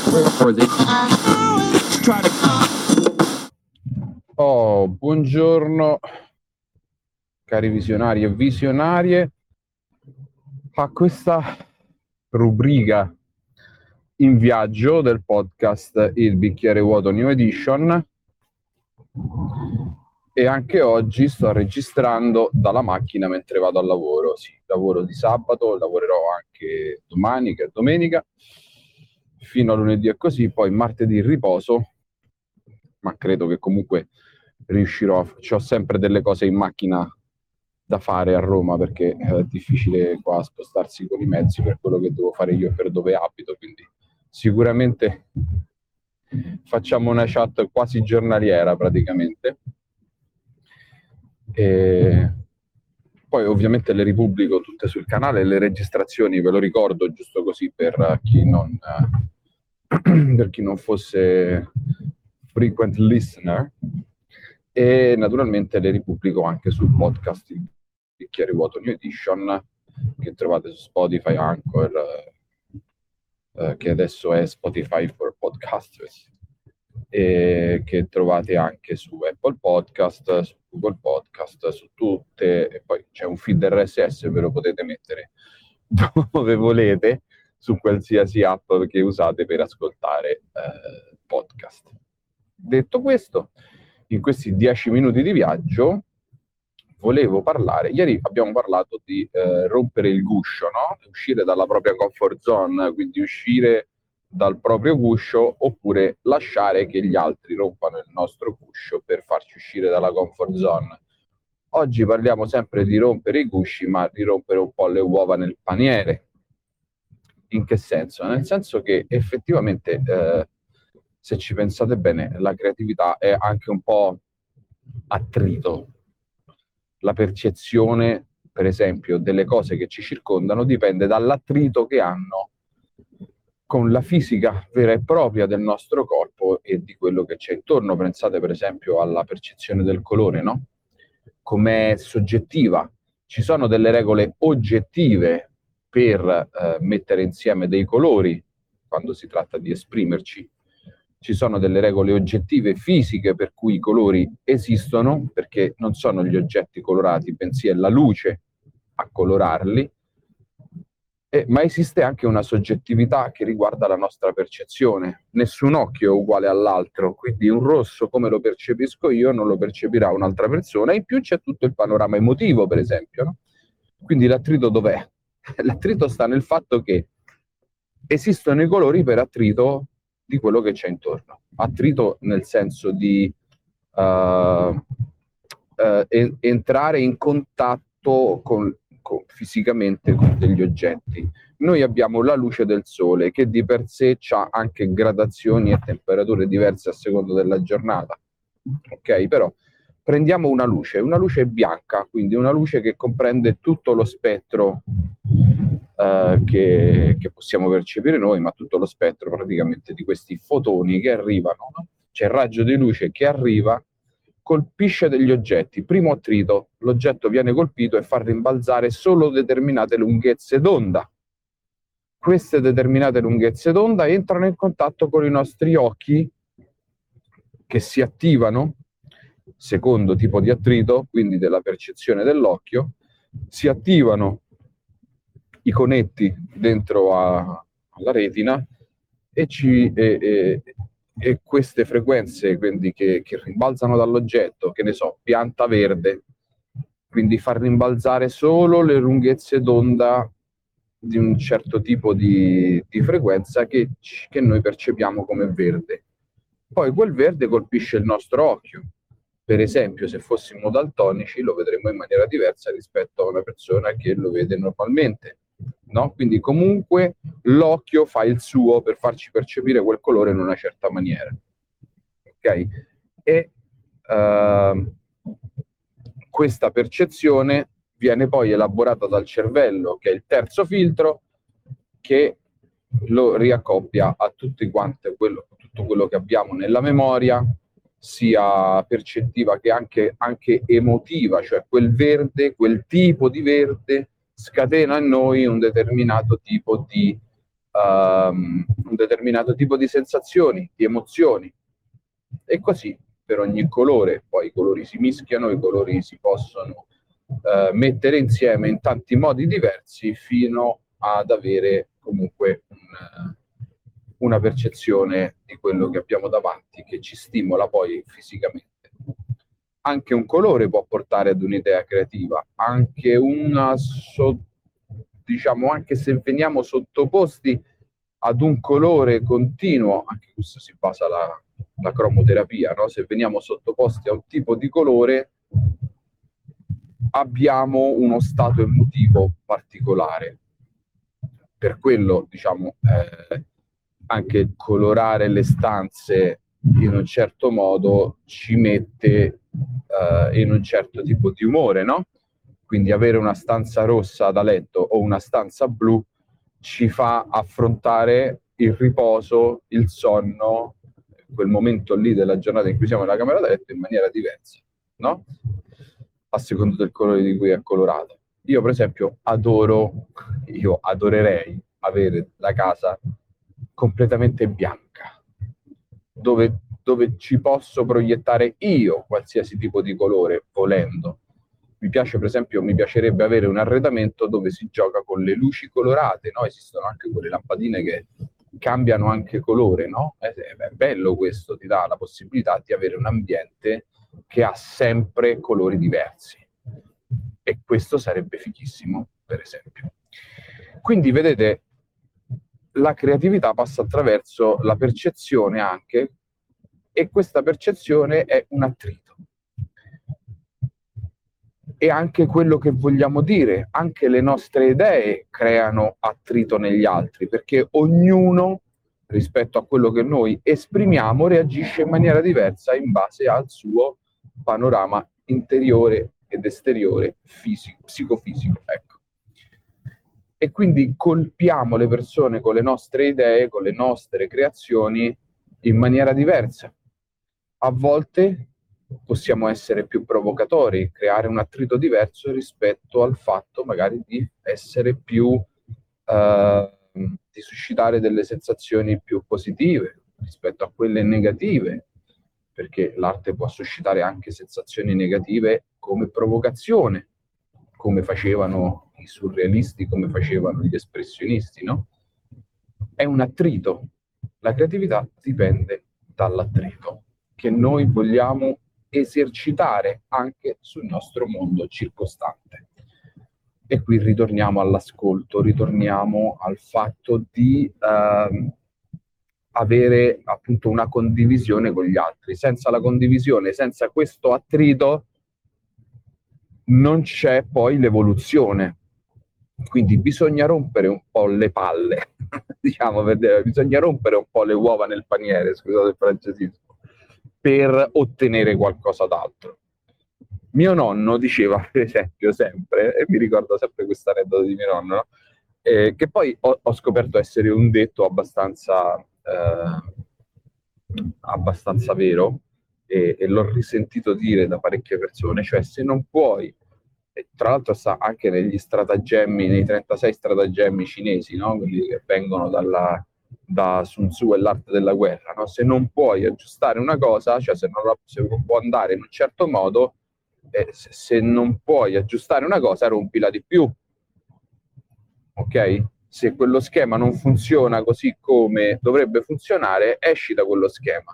Oh, buongiorno cari visionari e visionarie a questa rubrica in viaggio del podcast Il Bicchiere Vuoto New Edition, e anche oggi sto registrando dalla macchina mentre vado al lavoro. Sì, lavoro di sabato, lavorerò anche domani che è domenica fino a lunedì e così, poi martedì riposo, ma credo che comunque riuscirò. C'ho sempre delle cose in macchina da fare a Roma perché è difficile qua spostarsi con i mezzi per quello che devo fare io e per dove abito, quindi sicuramente facciamo una chat quasi giornaliera praticamente. E poi ovviamente le ripubblico tutte sul canale, le registrazioni ve lo ricordo giusto così per chi non fosse frequent listener, e naturalmente le ripubblico anche sul podcast Il Bicchiere Vuoto New Edition, che trovate su Spotify, Anchor, che adesso è Spotify for Podcasters, e che trovate anche su Apple Podcast, su Google Podcast, su tutte, e poi c'è un feed RSS, ve lo potete mettere dove volete, su qualsiasi app che usate per ascoltare podcast. Detto questo, in questi 10 minuti di viaggio volevo parlare. Ieri abbiamo parlato di rompere il guscio, no? Uscire dalla propria comfort zone, quindi uscire dal proprio guscio, oppure lasciare che gli altri rompano il nostro guscio per farci uscire dalla comfort zone. Oggi parliamo sempre di rompere i gusci, ma di rompere un po' le uova nel paniere. In che senso? Nel senso che effettivamente, se ci pensate bene, la creatività è anche un po' attrito. La percezione, per esempio, delle cose che ci circondano dipende dall'attrito che hanno con la fisica vera e propria del nostro corpo e di quello che c'è intorno. Pensate per esempio alla percezione del colore, no? Com'è soggettiva. Ci sono delle regole oggettive per mettere insieme dei colori quando si tratta di esprimerci. Ci sono delle regole oggettive fisiche per cui i colori esistono, perché non sono gli oggetti colorati, bensì è la luce a colorarli. Ma esiste anche una soggettività che riguarda la nostra percezione. Nessun occhio è uguale all'altro, quindi un rosso come lo percepisco io non lo percepirà un'altra persona. In più c'è tutto il panorama emotivo, per esempio, no? Quindi l'attrito dov'è? L'attrito sta nel fatto che esistono i colori per attrito di quello che c'è intorno. Attrito nel senso di entrare in contatto fisicamente con degli oggetti. Noi abbiamo la luce del sole, che di per sé ha anche gradazioni e temperature diverse a seconda della giornata. Ok? Però prendiamo una luce bianca, quindi una luce che comprende tutto lo spettro che possiamo percepire noi, ma tutto lo spettro praticamente di questi fotoni che arrivano, no? C'è il raggio di luce che arriva, colpisce degli oggetti. Primo attrito, l'oggetto viene colpito e fa rimbalzare solo determinate lunghezze d'onda. Queste determinate lunghezze d'onda entrano in contatto con i nostri occhi, che si attivano. Secondo tipo di attrito, quindi della percezione dell'occhio, si attivano i conetti dentro alla retina e queste frequenze, quindi che rimbalzano dall'oggetto, che ne so, pianta verde, quindi far rimbalzare solo le lunghezze d'onda di un certo tipo di frequenza che noi percepiamo come verde. Poi quel verde colpisce il nostro occhio. Per esempio, se fossimo daltonici lo vedremo in maniera diversa rispetto a una persona che lo vede normalmente, no? Quindi comunque l'occhio fa il suo per farci percepire quel colore in una certa maniera. Ok? E questa percezione viene poi elaborata dal cervello, che è il terzo filtro, che lo riaccoppia a tutto quello che abbiamo nella memoria, sia percettiva che anche emotiva, cioè quel verde, quel tipo di verde scatena in noi un determinato tipo di un determinato tipo di sensazioni, di emozioni, e così per ogni colore. Poi i colori si mischiano, i colori si possono mettere insieme in tanti modi diversi fino ad avere comunque una percezione di quello che abbiamo davanti, che ci stimola poi fisicamente. Anche un colore può portare ad un'idea creativa, anche diciamo, anche se veniamo sottoposti ad un colore continuo, anche questo si basa la cromoterapia, no? Se veniamo sottoposti a un tipo di colore, abbiamo uno stato emotivo particolare. Per quello, diciamo, anche colorare le stanze in un certo modo ci mette in un certo tipo di umore, no? Quindi avere una stanza rossa da letto o una stanza blu ci fa affrontare il riposo, il sonno, quel momento lì della giornata in cui siamo nella camera da letto in maniera diversa, no? A seconda del colore di cui è colorato. Io per esempio adorerei avere la casa completamente bianca, dove ci posso proiettare io qualsiasi tipo di colore, volendo. Mi piacerebbe avere un arredamento dove si gioca con le luci colorate, no? Esistono anche quelle lampadine che cambiano anche colore, no? È bello questo, ti dà la possibilità di avere un ambiente che ha sempre colori diversi. E questo sarebbe fighissimo, per esempio. Quindi, vedete, la creatività passa attraverso la percezione anche, e questa percezione è un attrito. E anche quello che vogliamo dire, anche le nostre idee creano attrito negli altri, perché ognuno, rispetto a quello che noi esprimiamo, reagisce in maniera diversa in base al suo panorama interiore ed esteriore, psicofisico. Ecco. E quindi colpiamo le persone con le nostre idee, con le nostre creazioni in maniera diversa. A volte possiamo essere più provocatori, creare un attrito diverso rispetto al fatto magari di essere più, di suscitare delle sensazioni più positive rispetto a quelle negative, perché l'arte può suscitare anche sensazioni negative come provocazione, come facevano i surrealisti, come facevano gli espressionisti, no? È un attrito. La creatività dipende dall'attrito che noi vogliamo esercitare anche sul nostro mondo circostante. E qui ritorniamo all'ascolto, ritorniamo al fatto di avere appunto una condivisione con gli altri. Senza la condivisione, senza questo attrito, non c'è poi l'evoluzione. Quindi bisogna rompere un po' le palle, diciamo, bisogna rompere un po' le uova nel paniere, scusate il francesismo, per ottenere qualcosa d'altro. Mio nonno diceva, per esempio, sempre, e mi ricordo sempre questa aneddoto di mio nonno, che poi ho scoperto essere un detto abbastanza vero, e l'ho risentito dire da parecchie persone, cioè se non puoi, e tra l'altro sta anche negli stratagemmi, nei 36 stratagemmi cinesi, no? Quelli che vengono da Sun Tzu e l'arte della guerra, no? Se non puoi aggiustare una cosa, cioè se non può andare in un certo modo, se non puoi aggiustare una cosa, rompila di più. Ok? Se quello schema non funziona così come dovrebbe funzionare, esci da quello schema,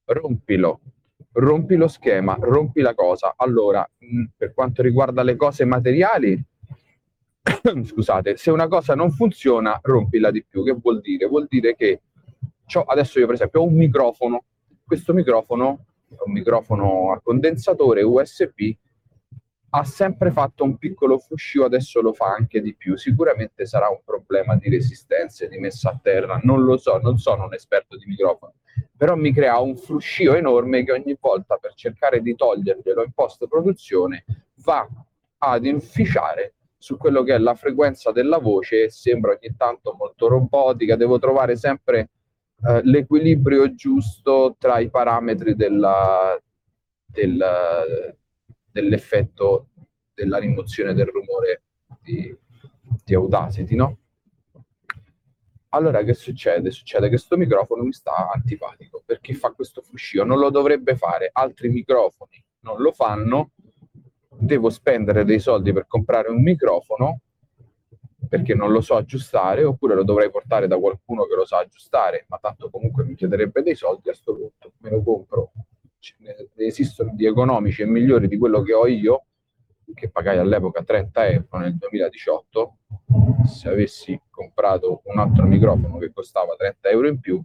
rompi lo schema, rompi la cosa. Allora, per quanto riguarda le cose materiali, scusate, se una cosa non funziona, rompila di più. Che vuol dire? Vuol dire che adesso io per esempio ho un microfono, questo microfono è un microfono a condensatore USB, ha sempre fatto un piccolo fruscio, adesso lo fa anche di più. Sicuramente sarà un problema di resistenza, di messa a terra, non lo so, non sono un esperto di microfono, però mi crea un fruscio enorme che ogni volta, per cercare di toglierglielo in post-produzione, va ad inficiare su quello che è la frequenza della voce, e sembra ogni tanto molto robotica. Devo trovare sempre l'equilibrio giusto tra i parametri dell'effetto della rimozione del rumore di Audacity, no? Allora che succede? Succede che sto microfono mi sta antipatico perché fa questo fruscio, non lo dovrebbe fare, altri microfoni non lo fanno, devo spendere dei soldi per comprare un microfono perché non lo so aggiustare, oppure lo dovrei portare da qualcuno che lo sa aggiustare, ma tanto comunque mi chiederebbe dei soldi. A sto punto me lo compro. Ne esistono di economici e migliori di quello che ho io, che pagai all'epoca 30 euro nel 2018. Se avessi comprato un altro microfono che costava 30 euro in più,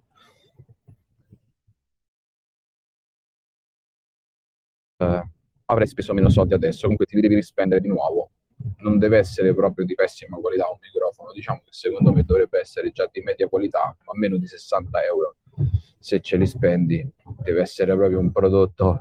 avrei speso meno soldi adesso. Comunque ti devi rispendere di nuovo. Non deve essere proprio di pessima qualità un microfono, diciamo che secondo me dovrebbe essere già di media qualità, a meno di 60 euro. Se ce li spendi, deve essere proprio un prodotto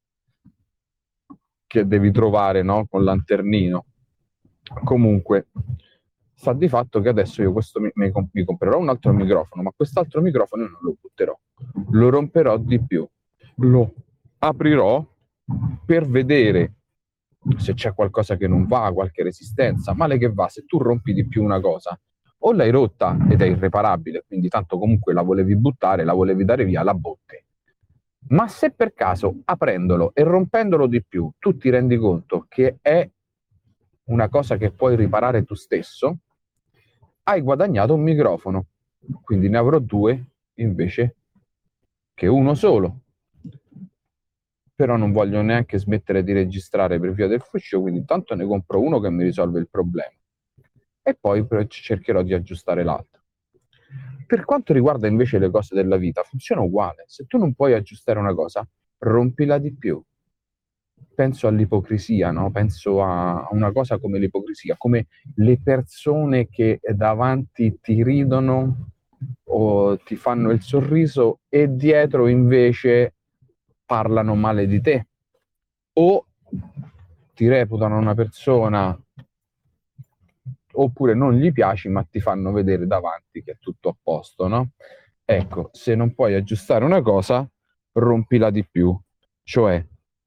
che devi trovare, no? Con lanternino. Comunque, sta di fatto che adesso io mi comprerò un altro microfono, ma quest'altro microfono io non lo butterò, lo romperò di più, lo aprirò per vedere se c'è qualcosa che non va, qualche resistenza. Male che va, se tu rompi di più una cosa, o l'hai rotta ed è irreparabile, quindi tanto comunque la volevi buttare, la volevi dare via, la botti. Ma se per caso, aprendolo e rompendolo di più, tu ti rendi conto che è una cosa che puoi riparare tu stesso, hai guadagnato un microfono. Quindi ne avrò due invece che uno solo. Però non voglio neanche smettere di registrare per via del fruscio, quindi intanto ne compro uno che mi risolve il problema e poi cercherò di aggiustare l'altro. Per quanto riguarda invece le cose della vita, funziona uguale. Se tu non puoi aggiustare una cosa, rompila di più. Penso all'ipocrisia, no? Penso a una cosa come l'ipocrisia, come le persone che davanti ti ridono o ti fanno il sorriso e dietro invece parlano male di te o ti reputano una persona oppure non gli piaci ma ti fanno vedere davanti che è tutto a posto, no? Ecco, se non puoi aggiustare una cosa, rompila di più. Cioè,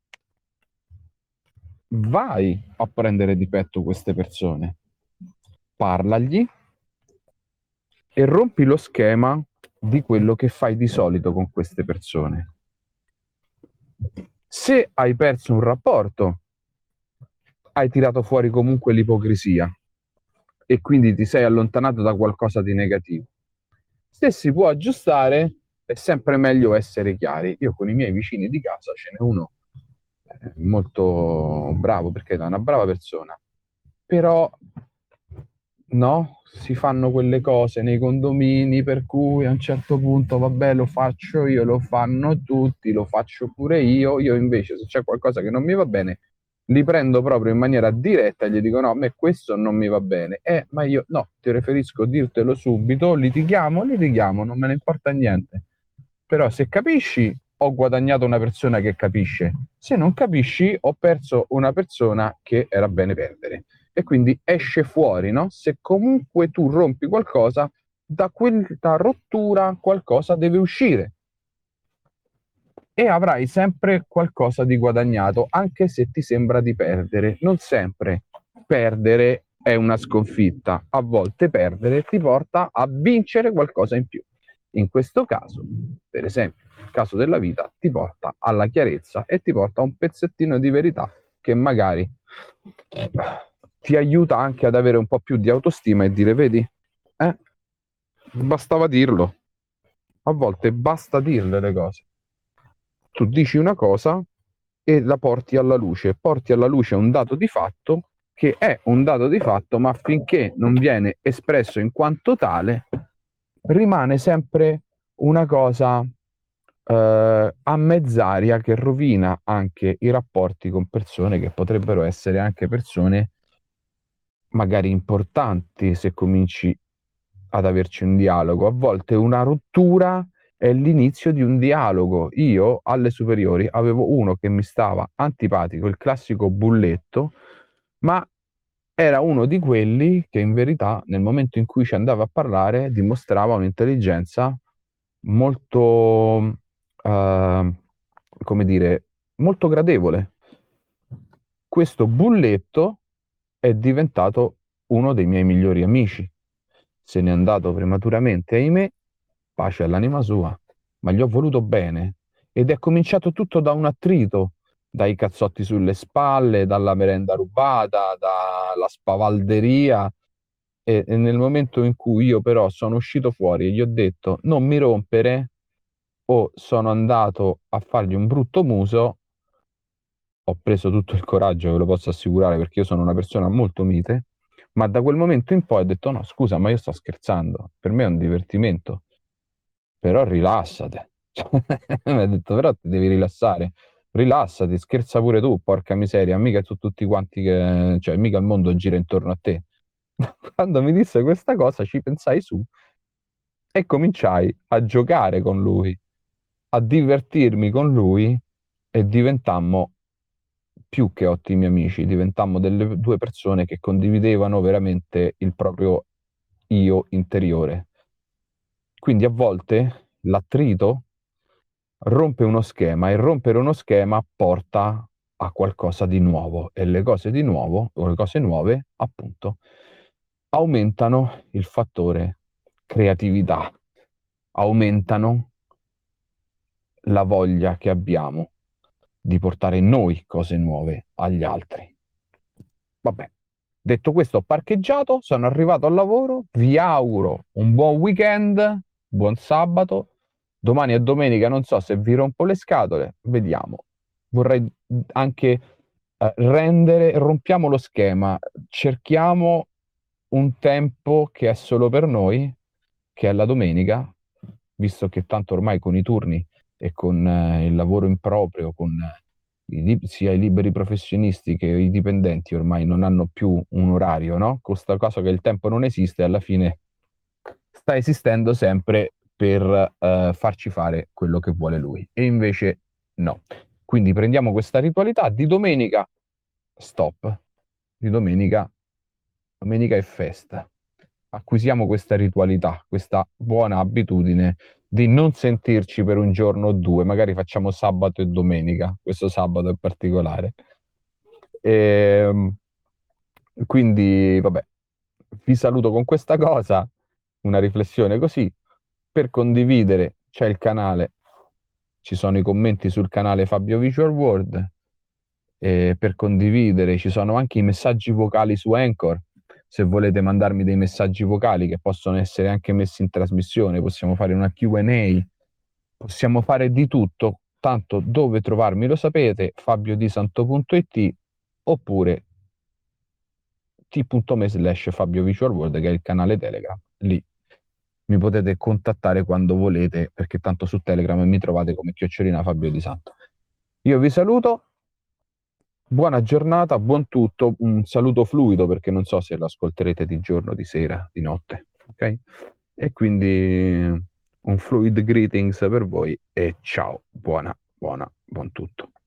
vai a prendere di petto queste persone, parlagli e rompi lo schema di quello che fai di solito con queste persone. Se hai perso un rapporto, hai tirato fuori comunque l'ipocrisia e quindi ti sei allontanato da qualcosa di negativo. Se si può aggiustare, è sempre meglio essere chiari. Io con i miei vicini di casa ce n'è uno molto bravo, perché è una brava persona, però no, si fanno quelle cose nei condomini per cui a un certo punto, vabbè, lo faccio io, lo fanno tutti, lo faccio pure io invece se c'è qualcosa che non mi va bene, li prendo proprio in maniera diretta e gli dico no, a me questo non mi va bene, ma io no, ti preferisco dirtelo subito, litighiamo, non me ne importa niente, però se capisci ho guadagnato una persona che capisce, se non capisci ho perso una persona che era bene perdere. E quindi esce fuori, no? Se comunque tu rompi qualcosa, da quella rottura qualcosa deve uscire e avrai sempre qualcosa di guadagnato, anche se ti sembra di perdere. Non sempre perdere è una sconfitta, a volte perdere ti porta a vincere qualcosa in più. In questo caso, per esempio, il caso della vita ti porta alla chiarezza e ti porta a un pezzettino di verità che magari ti aiuta anche ad avere un po' più di autostima e dire, vedi, bastava dirlo. A volte basta dirle le cose. Tu dici una cosa e la porti alla luce un dato di fatto che è un dato di fatto, ma finché non viene espresso in quanto tale, rimane sempre una cosa a mezz'aria che rovina anche i rapporti con persone che potrebbero essere anche persone magari importanti se cominci ad averci un dialogo. A volte una rottura è l'inizio di un dialogo. Io alle superiori avevo uno che mi stava antipatico, il classico bulletto, ma era uno di quelli che in verità nel momento in cui ci andava a parlare dimostrava un'intelligenza molto, come dire, molto gradevole. Questo bulletto è diventato uno dei miei migliori amici. se n'è andato prematuramente, ahimè, pace all'anima sua, ma gli ho voluto bene ed è cominciato tutto da un attrito, dai cazzotti sulle spalle, dalla merenda rubata, dalla spavalderia e nel momento in cui io però sono uscito fuori e gli ho detto non mi rompere o sono andato a fargli un brutto muso, ho preso tutto il coraggio, ve lo posso assicurare, perché io sono una persona molto mite, ma da quel momento in poi ho detto no, scusa, ma io sto scherzando, per me è un divertimento, però rilassate. Mi ha detto, però ti devi rilassare, rilassati, scherza pure tu, porca miseria, mica su tutti quanti che, cioè mica il mondo gira intorno a te. Quando mi disse questa cosa ci pensai su e cominciai a giocare con lui, a divertirmi con lui e diventammo più che ottimi amici, diventammo delle due persone che condividevano veramente il proprio io interiore. Quindi a volte l'attrito rompe uno schema e rompere uno schema porta a qualcosa di nuovo e le cose di nuovo, o le cose nuove, appunto, aumentano il fattore creatività, aumentano la voglia che abbiamo di portare noi cose nuove agli altri. Vabbè, detto questo, ho parcheggiato, sono arrivato al lavoro, vi auguro un buon weekend, buon sabato. Domani è domenica, non so se vi rompo le scatole, vediamo. Vorrei anche rompiamo lo schema, cerchiamo un tempo che è solo per noi, che è la domenica, visto che tanto ormai con i turni e con il lavoro in proprio, con sia i liberi professionisti che i dipendenti ormai non hanno più un orario, no? Con sta cosa che il tempo non esiste, alla fine sta esistendo sempre per farci fare quello che vuole lui. E invece no. Quindi prendiamo questa ritualità di domenica, stop. Di domenica è festa. Acquisiamo questa ritualità, questa buona abitudine di non sentirci per un giorno o due, magari facciamo sabato e domenica, questo sabato in particolare. E, quindi, vabbè, vi saluto con questa cosa, una riflessione così. Per condividere c'è il canale, ci sono i commenti sul canale Fabio Visual World. E per condividere ci sono anche i messaggi vocali su Anchor. Se volete mandarmi dei messaggi vocali che possono essere anche messi in trasmissione, possiamo fare una Q&A, possiamo fare di tutto. Tanto dove trovarmi lo sapete, fabiodisanto.it oppure t.me/Fabio Visual World, che è il canale Telegram. Lì mi potete contattare quando volete, perché tanto su Telegram mi trovate come @ Fabio Di Santo. Io vi saluto, buona giornata, buon tutto, un saluto fluido perché non so se lo ascolterete di giorno, di sera, di notte, ok? E quindi un fluid greetings per voi e ciao, buon tutto.